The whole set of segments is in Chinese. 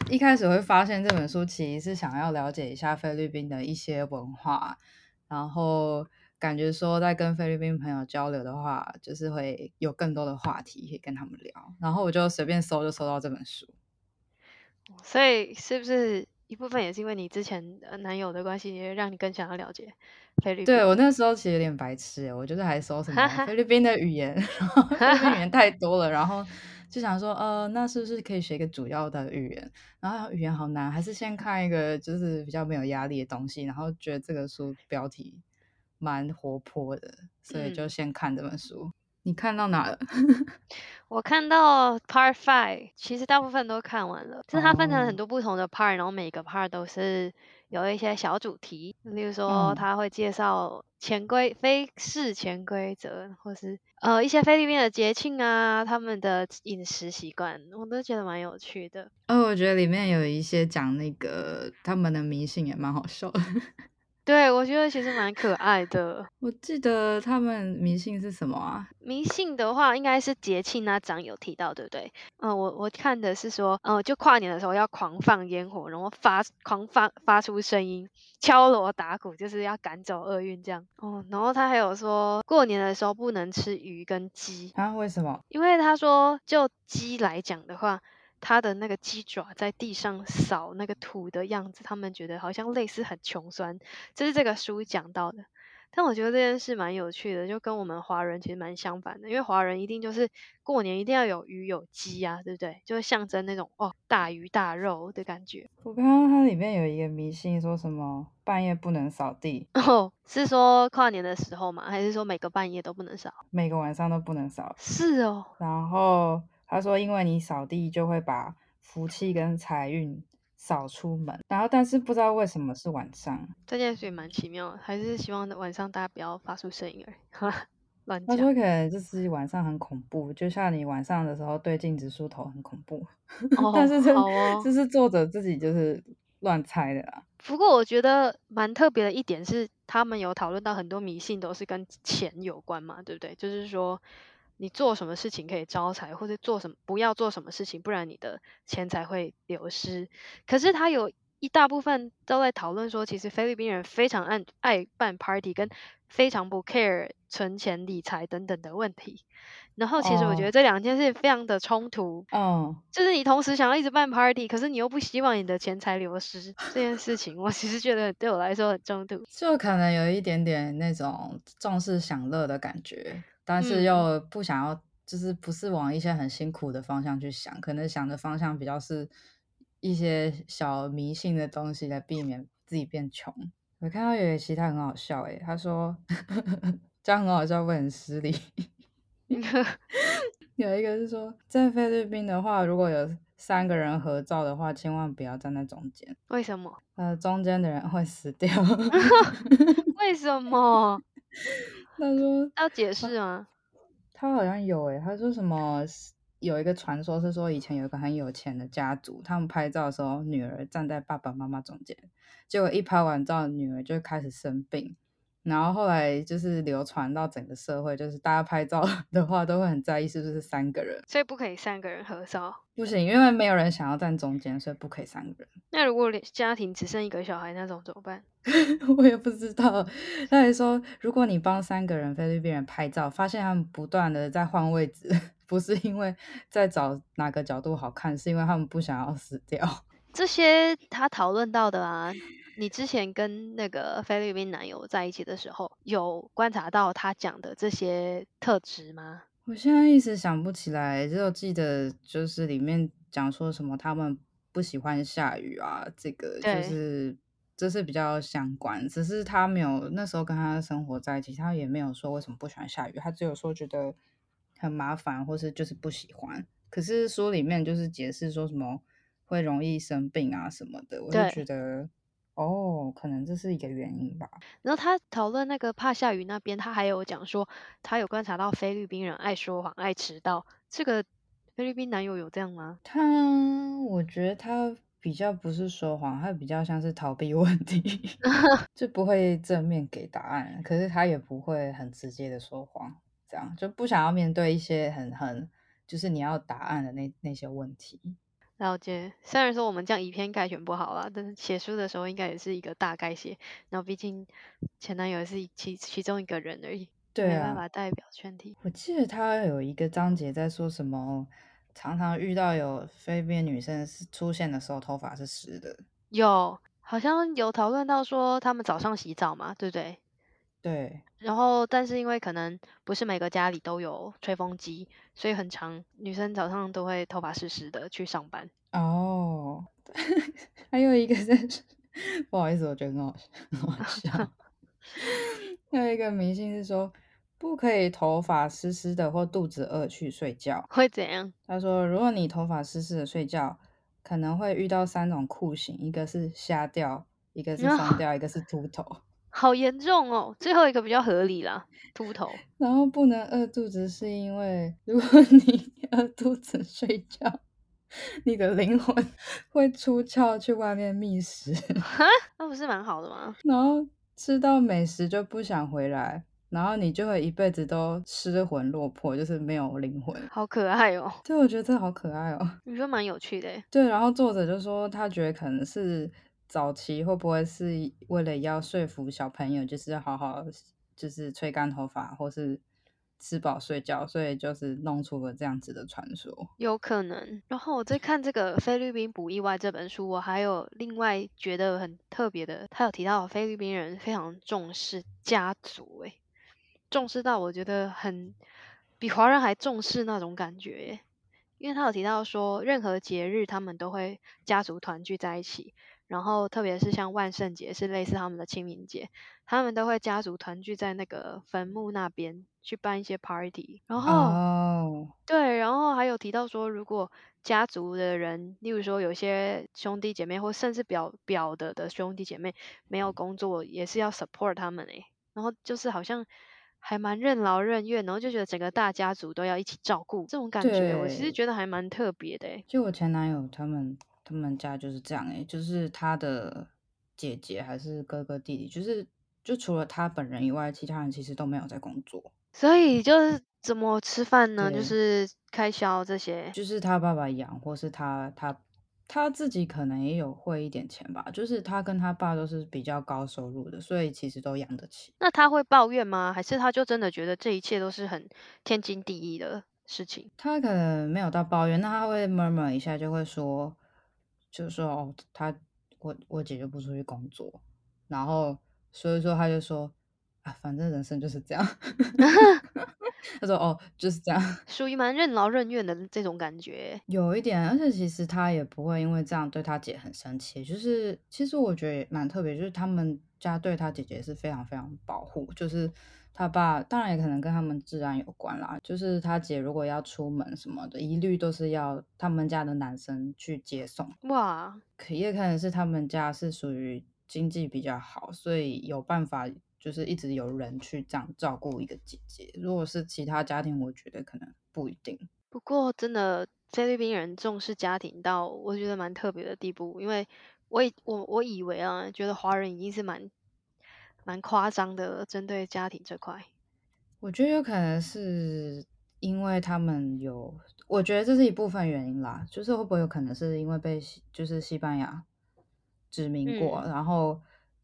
一开始会发现这本书其实是想要了解一下菲律宾的一些文化，然后感觉说在跟菲律宾朋友交流的话，就是会有更多的话题可以跟他们聊，然后我就随便搜就搜到这本书。 所以是不是一部分也是因为你之前男友的关系，也让你更想要了解菲律对，我宾？ 那时候其实有点白痴耶，我就是还搜什哈哈么菲律宾的语言，然后菲律宾语言哈哈， 太多了，然后就想说，那是不是可以学一个主要的语言？然后语言好难，还是先看一个就是比较没有压力的东西，然后觉得这个书标题蛮活泼的，所以就嗯。 先看这本书。你看到哪了？ 我看到 Part Five，其实大部分都看完了。就是它分成很哦， 多不同的 part，然后每个 part 都是有一些小主题，例如说嗯。 他会介绍非事潜规则，或是一些菲律宾的节庆啊，他们的饮食习惯，我都觉得蛮有趣的。 我觉得里面有一些讲那个他们的迷信也蛮好笑的。 对，我觉得其实蛮可爱的。 我记得他们迷信是什么啊？ 迷信的话，应该是节庆那章有提到，对不对？我看的是说，就跨年的时候要狂放烟火，然后发出声音，敲锣打鼓，就是要赶走厄运这样。哦，然后他还有说，过年的时候不能吃鱼跟鸡， 啊，为什么？ 因为他说，就鸡来讲的话，它的那个鸡爪在地上扫那个土的样子，他们觉得好像类似很穷酸，这是这个书讲到的。但我觉得这件事蛮有趣的，就跟我们华人其实蛮相反的，因为华人一定就是过年一定要有鱼有鸡啊，对不对？就是象征那种大鱼大肉的感觉。 我看到它里面有一个迷信，说什么半夜不能扫地， 哦，是说跨年的时候吗？还是说每个半夜都不能扫？ 每个晚上都不能扫。 是哦， 然后他说，因为你扫地就会把福气跟财运扫出门。然后，但是不知道为什么是晚上。 这件事也蛮奇妙的，还是希望晚上大家不要发出声音而已。乱讲。 他说可能就是晚上很恐怖，就像你晚上的时候对镜子梳头很恐怖。但哦， 是这好哦。 这是作者自己就是乱猜的啦。 不过我觉得蛮特别的一点是，他们有讨论到很多迷信都是跟钱有关嘛，对不对？就是说，你做什么事情可以招财，或者做什么不要做什么事情，不然你的钱财会流失。可是他有一大部分都在讨论说，其实菲律宾人非常爱办 party，跟非常不 care 存钱理财等等的问题。然后其实我觉得哦， 这两件事非常的冲突， 嗯。 就是你同时想要一直办 party，可是你又不希望你的钱财流失，这件事情我其实觉得对我来说很冲突。 就可能有一点点那种重视享乐的感觉，但是嗯， 又不想要，就是不是往一些很辛苦的方向去想，可能想的方向比较是一些小迷信的东西来避免自己变穷。我看到有其他很好笑诶，他说这样很好笑，会很失礼。有一个是说，在菲律宾的话，如果有3个人合照的话，千万不要站在中间， 为什么？ 中间的人会死掉。 为什么他说要解释吗？ 他好像有诶，他说什么有一个传说是说以前有一个很有钱的家族，他们拍照的时候，女儿站在爸爸妈妈中间，结果一拍完照，女儿就开始生病，然后后来就是流传到整个社会，就是大家拍照的话都会很在意是不是3个人， 所以不可以3个人合照。 不行，因为没有人想要站中间，所以不可以3个人。 那如果连家庭只剩一个小孩那种怎么办？ 我也不知道，他还说，如果你帮3个人菲律宾人拍照，发现他们不断的在换位置，不是因为在找哪个角度好看，是因为他们不想要死掉。 这些他讨论到的啊，你之前跟那个菲律宾男友在一起的时候，有观察到他讲的这些特质吗？ 我现在一时想不起来，只有记得就是里面讲说什么他们不喜欢下雨啊，这个就对。 是这是比较相关，只是他没有那时候跟他生活在一起，他也没有说为什么不喜欢下雨，他只有说觉得很麻烦，或是就是不喜欢。可是书里面就是解释说什么会容易生病啊什么的，我就觉对， 得可能这是一个原因吧。 然后他讨论那个怕下雨那边，他还有讲说，他有观察到菲律宾人爱说谎、爱迟到。这个菲律宾男友有这样吗？ 我觉得他比较不是说谎，他比较像是逃避问题，就不会正面给答案，可是他也不会很直接的说谎，这样就不想要面对一些很就是你要答案的那些问题。 了解。虽然说我们这样以偏概全不好啦，但是写书的时候应该也是一个大概写，然后毕竟前男友也是其中一个人而已，没办对啊， 法代表全体。 我记得他有一个章节在说什么，常常遇到有菲律宾女生是出现的时候头发是湿的。 有，好像有讨论到说他们早上洗澡嘛，对不对？ 对， 然后，但是因为可能不是每个家里都有吹风机，所以很长女生早上都会头发湿湿的去上班。 哦，还有一个在，不好意思，我觉得很好笑。还有一个迷信是说，不可以头发湿湿的或肚子饿去睡觉。 会怎样？ 他说，如果你头发湿湿的睡觉，可能会遇到3种酷刑，一个是瞎掉，一个是疯啊， 掉，一个是秃头。 好严重哦！最后一个比较合理啦，秃头。 然后不能饿肚子，是因为如果你饿肚子睡觉，你的灵魂会出窍去外面觅食， 哈，那不是蛮好的吗？ 然后吃到美食就不想回来，然后你就会一辈子都失魂落魄，就是没有灵魂。 好可爱哦， 对，我觉得这好可爱哦。 你说蛮有趣的诶。 对，然后作者就说他觉得可能是早期会不会是为了要说服小朋友，就是要好好就是吹干头发或是吃饱睡觉，所以就是弄出了这样子的传说。 有可能。然后我在看这个《菲律宾不意外》这本书，我还有另外觉得很特别的，他有提到菲律宾人非常重视家族，诶，重视到我觉得很比华人还重视那种感觉耶。因为他有提到说，任何节日他们都会家族团聚在一起，然后特别是像万圣节是类似他们的清明节，他们都会家族团聚在那个坟墓那边去办一些 party，然后哦， 对，然后还有提到说，如果家族的人，例如说有些兄弟姐妹，或甚至表的兄弟姐妹没有工作，也是要 support 他们诶。然后就是好像还蛮任劳任怨，然后就觉得整个大家族都要一起照顾，这种感觉我其实对， 觉得还蛮特别的诶。 就我前男友他们家就是这样就是他的姐姐还是哥哥弟弟，就除了他本人以外，其他人其实都没有在工作。 所以就是怎么吃饭呢？就对， 是开销这些。 就是他爸爸养，或是他自己可能也有汇一点钱吧。就是他跟他爸都是比较高收入的，所以其实都养得起。 那他会抱怨吗？还是他就真的觉得这一切都是很天经地义的事情？ 他可能没有到抱怨，那他会 murmur 一下，就会说，就说哦，我姐就不出去工作，然后所以说他就说啊，反正人生就是这样。他说哦，就是这样。 属于蛮任劳任怨的这种感觉。 有一点，而且其实他也不会因为这样对他姐很生气，就是其实我觉得也蛮特别，就是他们家对他姐姐是非常非常保护，就是他爸当然也可能跟他们治安有关啦，就是他姐如果要出门什么的，一律都是要他们家的男生去接送， 哇， 也可能是他们家是属于经济比较好，所以有办法就是一直有人去这样照顾一个姐姐，如果是其他家庭，我觉得可能不一定。 不过真的菲律宾人重视家庭到我觉得蛮特别的地步，因为我以为啊，觉得华人已经是蛮夸张的了，针对家庭这块。 我觉得有可能是因为他们有，我觉得这是一部分原因啦，就是会不会有可能是因为被就是西班牙殖民过， 嗯， 然后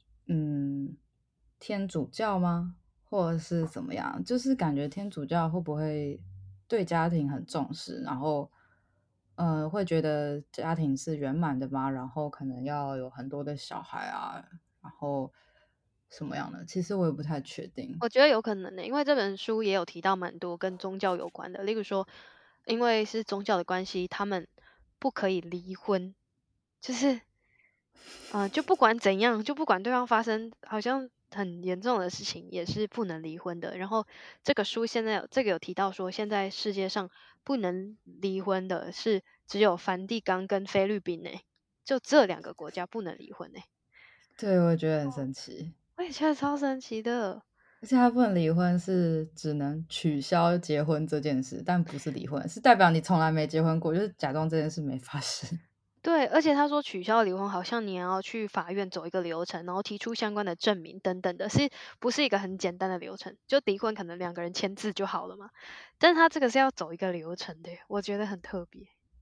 天主教吗？或者是怎么样？就是感觉天主教会不会对家庭很重视，然后会觉得家庭是圆满的吗？然后可能要有很多的小孩啊，然后什么样的？其实我也不太确定。 我觉得有可能的，因为这本书也有提到蛮多跟宗教有关的，例如说，因为是宗教的关系，他们不可以离婚，就是就不管怎样，就不管对方发生好像很严重的事情，也是不能离婚的。然后这个书现在有提到说，现在世界上不能离婚的是只有梵蒂冈跟菲律宾呢，就这两个国家不能离婚呢。 对，我觉得很神奇。 我也觉得超神奇的。 而且他不能离婚是只能取消结婚这件事，但不是离婚，是代表你从来没结婚过，就是假装这件事没发生。 对，而且他说取消离婚，好像你要去法院走一个流程，然后提出相关的证明等等的，是不是一个很简单的流程？就离婚可能两个人签字就好了嘛，但是他这个是要走一个流程的，我觉得很特别。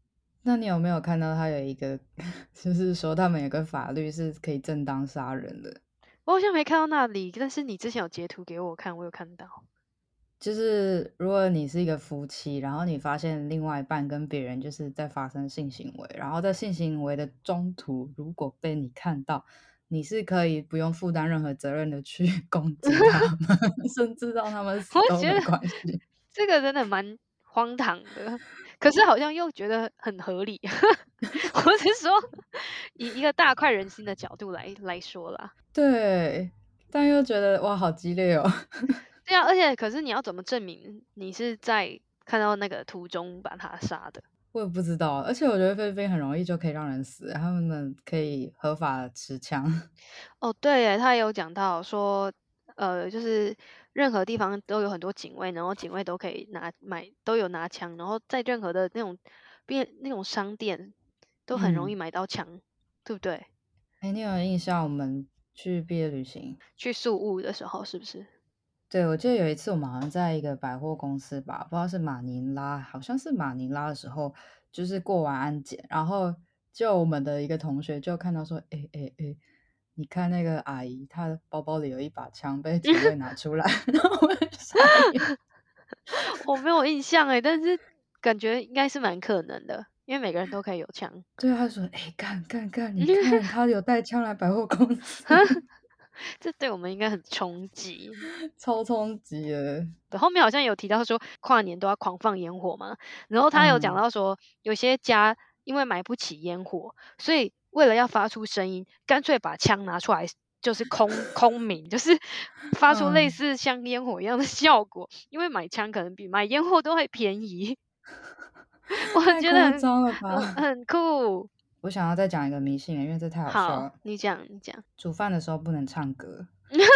那你有没有看到他有一个，就是说他们有个法律是可以正当杀人的？ 我好像没看到那里，但是你之前有截图给我看，我有看到。 就是如果你是一个夫妻，然后你发现另外一半跟别人就是在发生性行为，然后在性行为的中途，如果被你看到，你是可以不用负担任何责任的去攻击他们，甚至让他们死都没我觉得关系。 这个真的蛮荒唐的，可是好像又觉得很合理。我是说，以一个大快人心的角度来说啦。 对，但又觉得哇，好激烈哦。 对啊，而且可是你要怎么证明你是在看到那个途中把他杀的？ 我也不知道，而且我觉得菲律宾很容易就可以让人死，他们可以合法持枪。 哦，对耶，他也有讲到说，就是任何地方都有很多警卫，然后警卫都可以都有拿枪，然后在任何的那种商店都很容易嗯， 买到枪，对不对？ 哎，你有印象我们去毕业旅行？ 去宿务的时候是不是？ 对，我记得有一次我们好像在一个百货公司吧，不知道是马尼拉，好像是马尼拉的时候，就是过完安检，然后就我们的一个同学就看到说，哎哎哎，你看那个阿姨，她的包包里有一把枪被警卫拿出来，然后我就傻眼。 我没有印象诶，但是感觉应该是蛮可能的，因为每个人都可以有枪。 对，他说，哎，看，你看他有带枪来百货公司， 这对我们应该很冲击。 超冲击的。 对，后面好像有提到说跨年都要狂放烟火嘛，然后他有讲嗯到说有些家因为买不起烟火，所以为了要发出声音，干脆把枪拿出来，就是空鸣，就是发出类嗯， 似像烟火一样的效果，因为买枪可能比买烟火都会便宜。我太觉得很夸张了吧！ 很酷。 我想要再讲一个迷信，因为这太好笑好， 了。 你讲你讲， 煮饭的时候不能唱歌。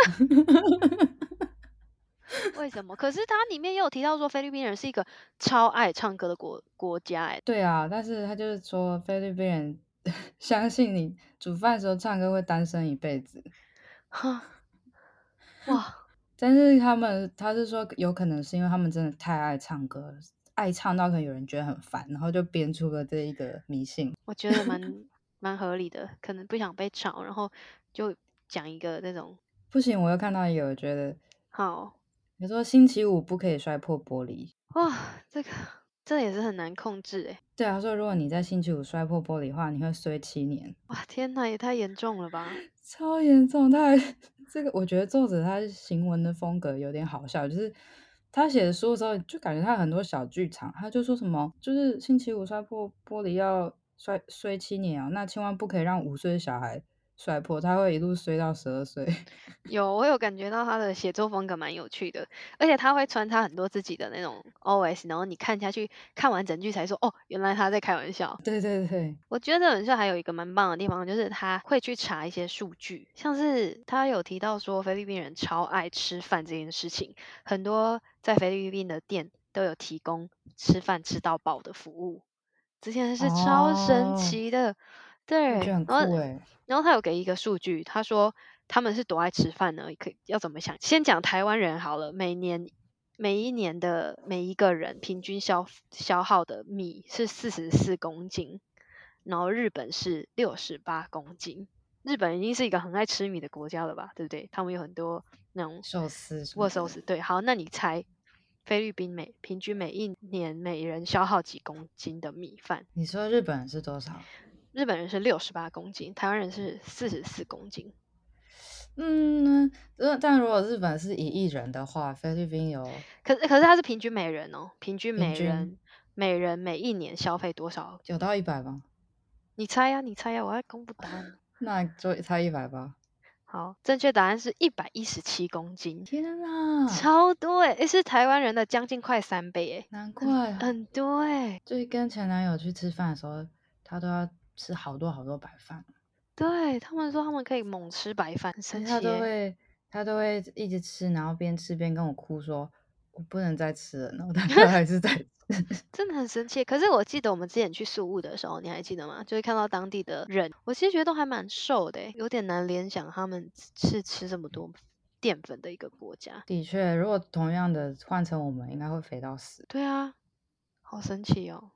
为什么？可是它里面也有提到说菲律宾人是一个超爱唱歌的国家，哎， 对啊，但是他就是说菲律宾人相信你煮饭的时候唱歌会单身一辈子， 哈，哇。 但是他是说有可能是因为他们真的太爱唱歌了，爱唱到可能有人觉得很烦，然后就编出了这一个迷信。 我觉得蛮合理的，可能不想被吵，然后就讲一个这种不行，我又看到一个，我觉得好你说星期五不可以摔破玻璃。 哇，这也是很难控制诶。 对啊，他说如果你在星期五摔破玻璃的话，你会衰7年。 哇，天呐，也太严重了吧？ 超严重，他还这个我觉得作者他行文的风格有点好笑，就是他写的书的时候，就感觉他很多小剧场，他就说什么，就是星期五摔破玻璃要摔7年啊，那千万不可以让5岁的小孩摔破，他会一路摔到12岁。 我有感觉到他的写作风格蛮有趣的，而且他会穿插很多自己的那种 OS，然后你看下去，看完整句才说哦，原来他在开玩笑。 对对对， 我觉得这本书还有一个蛮棒的地方，就是他会去查一些数据，像是他有提到说菲律宾人超爱吃饭这件事情，很多在菲律宾的店都有提供吃饭吃到饱的服务，这件事超神哦， 奇的。对， 我觉得很酷诶。 然后他有给一个数据，他说他们是多爱吃饭呢？要怎么想？先讲台湾人好了，每一年的每一个人平均消耗的米是44公斤，然后日本是68公斤。日本已经是一个很爱吃米的国家了吧，对不对？他们有很多那种寿司什么的。 握寿司。对，好，那你猜菲律宾平均每一年每人消耗几公斤的米饭？ 你说日本人是多少？ 日本人是68公斤，台湾人是44公斤。 嗯，但如果日本是1亿人的话，菲律宾有可是它是平均每人哦，平均平均每人每一年消费多少？ 有到100吗？ 你猜呀、你猜呀、我要公布答案了。 那就猜100吧。 好，正确答案是117公斤， 天啊， 超多诶，是台湾人的将近快3倍诶， 难怪， 很多诶。 就是跟前男友去吃饭的时候，他都要吃好多白饭， 对，他们说他们可以猛吃白饭，很而且他神奇诶。 都会他都会一直吃，然后边吃边跟我哭说：“我不能再吃了。”然后他还是在吃。 真的很生气。可是我记得我们之前去宿务的时候，你还记得吗？就是看到当地的人，我其实觉得都还蛮瘦的欸，有点难联想他们是吃这么多淀粉的一个国家。 的确，如果同样的换成我们，应该会肥到死。 对啊，好神奇哦！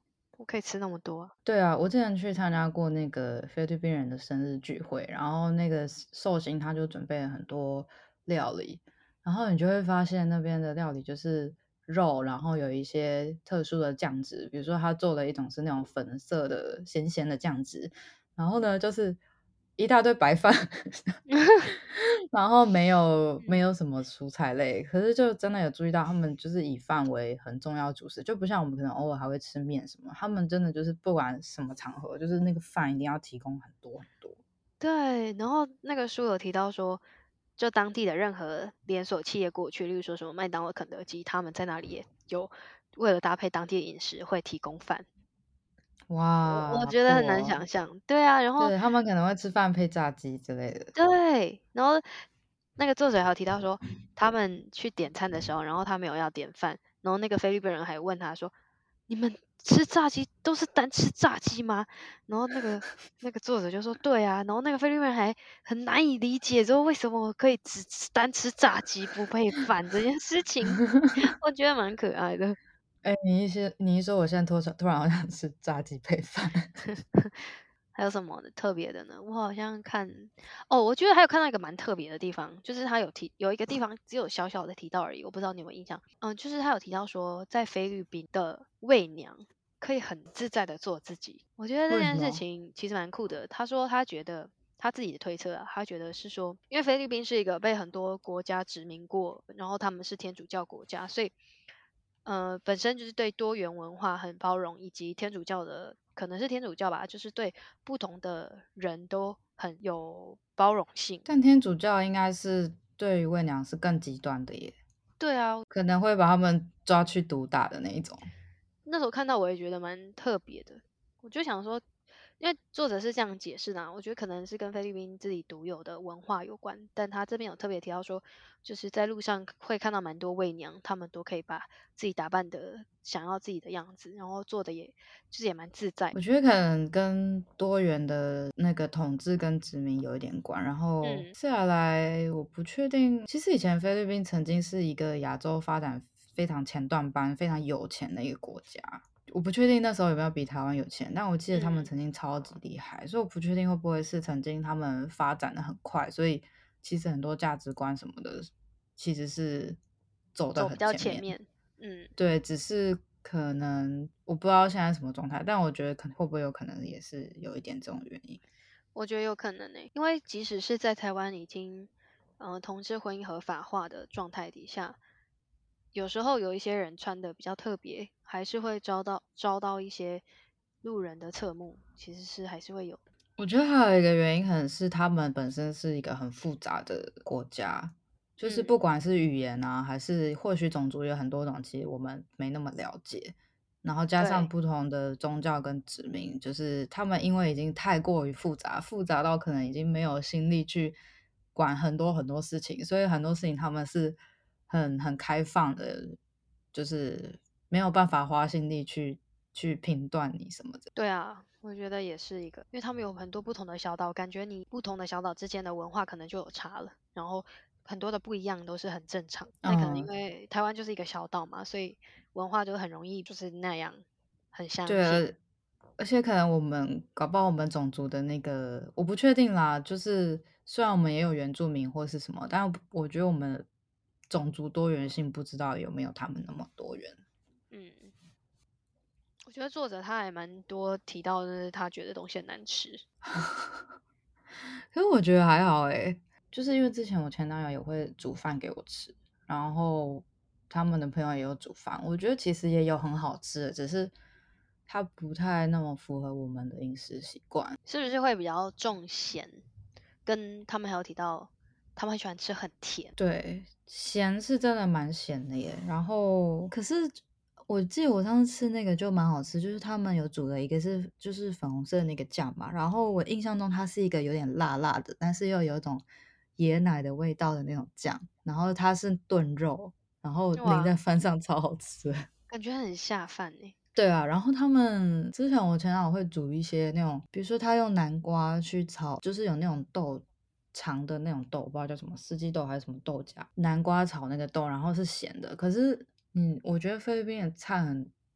我可以吃那么多啊。 对啊，我之前去参加过那个菲律宾人的生日聚会，然后那个寿星他就准备了很多料理，然后你就会发现那边的料理就是肉，然后有一些特殊的酱汁，比如说他做了一种是那种粉色的咸咸的酱汁，然后呢就是一大堆白饭，然后没有什么蔬菜类，可是就真的有注意到，他们就是以饭为很重要主食，就不像我们可能偶尔还会吃面什么，他们真的就是不管什么场合，就是那个饭一定要提供很多很多。 对，然后那个书有提到说，就当地的任何连锁企业过去，例如说什么麦当劳、肯德基，他们在那里也有为了搭配当地的饮食会提供饭。我哇，好觉得很难酷哦！ 想象，对啊，然后对，他们可能会吃饭配炸鸡之类的。 对，然后那个作者还有提到说，他们去点餐的时候，然后他没有要点饭，然后那个菲律宾人还问他说：“你们吃炸鸡都是单吃炸鸡吗？”然后那个作者就说：“对啊。”然后那个菲律宾人还很难以理解，说为什么我可以只吃单吃炸鸡不配饭这件事情，我觉得蛮可爱的。 哎，你一说，我现在突然好想吃炸鸡配饭。 还有什么特别的呢？我好像看哦，我觉得还有看到一个蛮特别的地方，就是他有一个地方只有小小的提到而已，我不知道你有没有印象。就是他有提到说，在菲律宾的媚娘可以很自在的做自己，我觉得这件事为什么？ 情其实蛮酷的。他说他觉得他自己的推测啊，他觉得是说，因为菲律宾是一个被很多国家殖民过，然后他们是天主教国家，所以本身就是对多元文化很包容，以及天主教的可能是天主教吧，就是对不同的人都很有包容性。 但天主教应该是对于伪娘是更极端的耶， 对啊， 可能会把他们抓去毒打的那一种。 那时候看到我也觉得蛮特别的，我就想说，因为作者是这样解释的啊，我觉得可能是跟菲律宾自己独有的文化有关，但他这边有特别提到说，就是在路上会看到蛮多伪娘，他们都可以把自己打扮的想要自己的样子，然后做的也蛮自在。 我觉得可能跟多元的那个统治跟殖民有一点关，然后嗯， 再来，我不确定，其实以前菲律宾曾经是一个亚洲发展非常前段班、非常有钱的一个国家。我不确定那时候有没有比台湾有钱，但我记得他们嗯， 曾经超级厉害，所以我不确定会不会是曾经他们发展的很快，所以其实很多价值观什么的其实是走得走比较很前面。 前面，嗯。 对，只是可能我不知道现在什么状态，但我觉得会不会有可能也是有一点这种原因。 我觉得有可能呢、因为即使是在台湾已经，同志婚姻合法化的状态底下，有时候有一些人穿的比较特别，还是会招到一些路人的侧目，其实是还是会有的。 我觉得还有一个原因，可能是他们本身是一个很复杂的国家，就是不嗯， 管是语言啊，还是或许种族有很多种，其实我们没那么了解。然后加上对， 不同的宗教跟殖民，就是他们因为已经太过于复杂，复杂到可能已经没有心力去管很多很多事情，所以很多事情他们是很开放的，就是没有办法花心力去评断你什么的。 对啊，我觉得也是一个，因为他们有很多不同的小岛，感觉你不同的小岛之间的文化可能就有差了，然后很多的不一样都是很正常。那可能因嗯， 为台湾就是一个小岛嘛，所以文化就很容易就是那样，很相对， 近。 而且可能搞不好我们种族的那个我不确定啦，就是虽然我们也有原住民或是什么，但我觉得我们种族多元性不知道有没有他们那么多元。 嗯，我觉得作者他还蛮多提到，就是他觉得东西很难吃。 可是我觉得还好诶，就是因为之前我前男友也会煮饭给我吃，然后他们的朋友也有煮饭，我觉得其实也有很好吃的，只是它不太那么符合我们的饮食习惯。 是不是会比较重咸？跟他们还有提到，他们很喜欢吃很甜。 对，咸是真的蛮咸的耶。然后，可是我记得我上次吃那个就蛮好吃，就是他们有煮了一个就是粉红色的那个酱嘛。然后我印象中它是一个有点辣辣的，但是又有一种椰奶的味道的那种酱。然后它是炖肉，然后淋在哇， 饭上超好吃。 感觉很下饭呢。 对啊，然后他们之前我前男友会煮一些那种，比如说他用南瓜去炒，就是有那种豆长的那种豆，我不知道叫什么四季豆还是什么豆荚，南瓜炒那个豆，然后是咸的。可是，我觉得菲律宾的菜很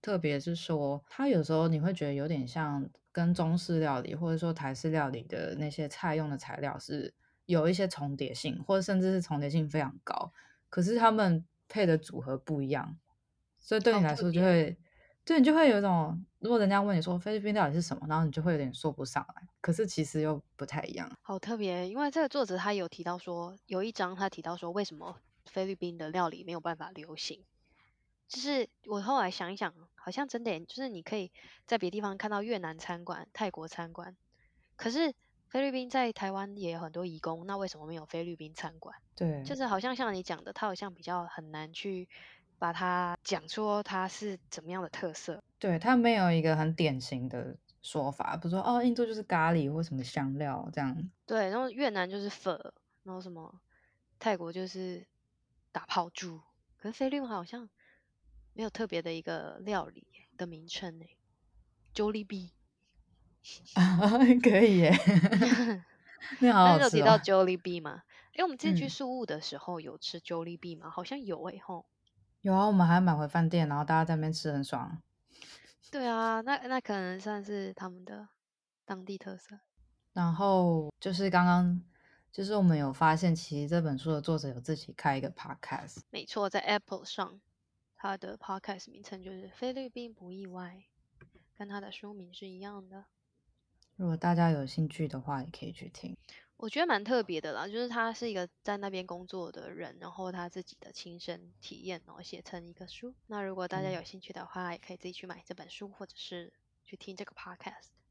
特别是说它有时候你会觉得有点像跟中式料理或者说台式料理的那些菜用的材料是有一些重叠性，或者甚至是重叠性非常高，可是他们配的组合不一样，所以对好你来特别。 说就会对你就会有一种，如果人家问你说菲律宾料理是什么，然后你就会有点说不上来，可是其实又不太一样。 好特别，因为这个作者他有提到说，有一章他提到说，为什么菲律宾的料理没有办法流行。就是我后来想一想，好像真的耶就是你可以在别地方看到越南餐馆、泰国餐馆，可是菲律宾在台湾也有很多移工，那为什么没有菲律宾餐馆？就对， 是好像你讲的，它好像比较很难去把它讲说它是怎么样的特色。 对，它没有一个很典型的说法，比如说哦，印度就是咖喱或什么香料这样。 对，然后越南就是粉，然后什么泰国就是打泡猪，可是菲律宾好像没有特别的一个料理耶的名称诶 Jollibee。 可以耶，那好那你有提到好吃哦。 Jollibee 吗？诶，我们之前去嗯， 宿务的时候有吃 Jollibee 吗？好像有诶吼。 有啊，我们还买回饭店，然后大家在那边吃很爽。 对啊，那可能算是他们的当地特色。 然后就是刚刚，就是我们有发现，其实这本书的作者有自己开一个 podcast。 没错，在 Apple 上，它的 podcast 名称就是菲律宾不意外，跟它的书名是一样的。 如果大家有兴趣的话，也可以去听。 我觉得蛮特别的啦，就是他是一个在那边工作的人，然后他自己的亲身体验，然后写成一个书。那如果大家对， 有兴趣的话，也可以自己去买这本书，或者是去听这个 podcast。